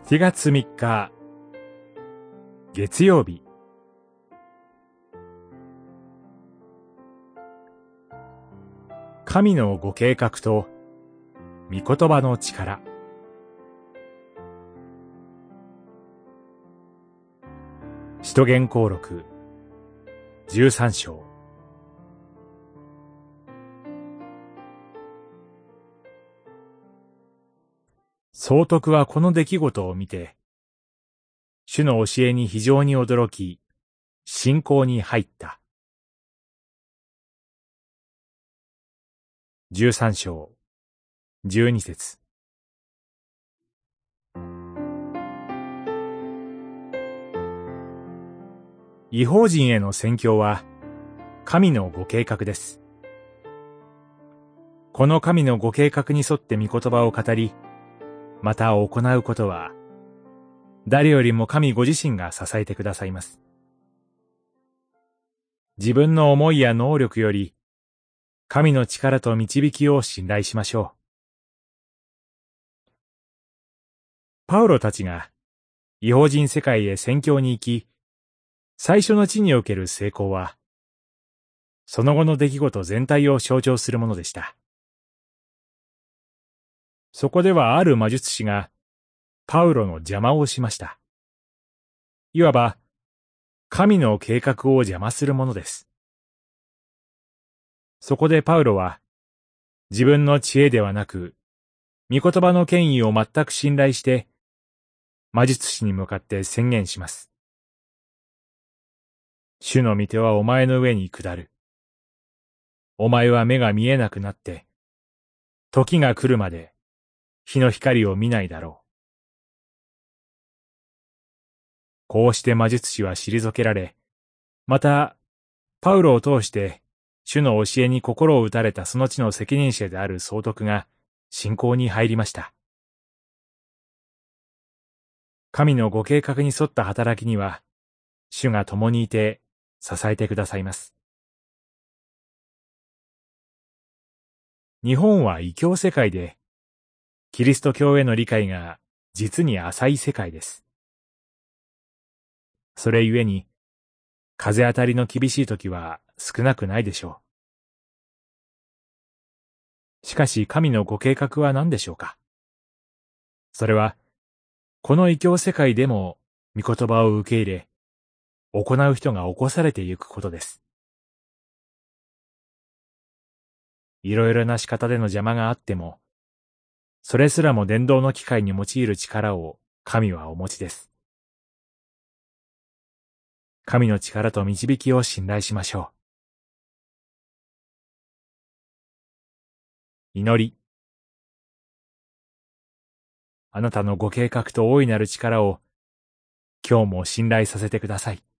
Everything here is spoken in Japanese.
4月3日月曜日。神のご計画と御言葉の力。使徒言行録13章。総督はこの出来事を見て、主の教えに非常に驚き、信仰に入った。13章、12節。異邦人への宣教は、神のご計画です。この神のご計画に沿って御言葉を語り、また行うことは、誰よりも神ご自身が支えてくださいます。自分の思いや能力より、神の力と導きを信頼しましょう。パウロたちが異邦人世界へ宣教に行き、最初の地における成功は、その後の出来事全体を象徴するものでした。そこではある魔術師がパウロの邪魔をしました。いわば神の計画を邪魔するものです。そこでパウロは自分の知恵ではなく御言葉の権威を全く信頼して魔術師に向かって宣言します。主の御手はお前の上に下る。お前は目が見えなくなって時が来るまで日の光を見ないだろう。こうして魔術師は退けられ、また、パウロを通して、主の教えに心を打たれたその地の責任者である総督が信仰に入りました。神のご計画に沿った働きには、主が共にいて支えてくださいます。日本は異教世界で、キリスト教への理解が実に浅い世界です。それゆえに、風当たりの厳しい時は少なくないでしょう。しかし神のご計画は何でしょうか。それは、この異教世界でも御言葉を受け入れ、行う人が起こされてゆくことです。いろいろな仕方での邪魔があっても、それすらも伝道の機会に用いる力を神はお持ちです。神の力と導きを信頼しましょう。祈り。あなたのご計画と大いなる力を今日も信頼させてください。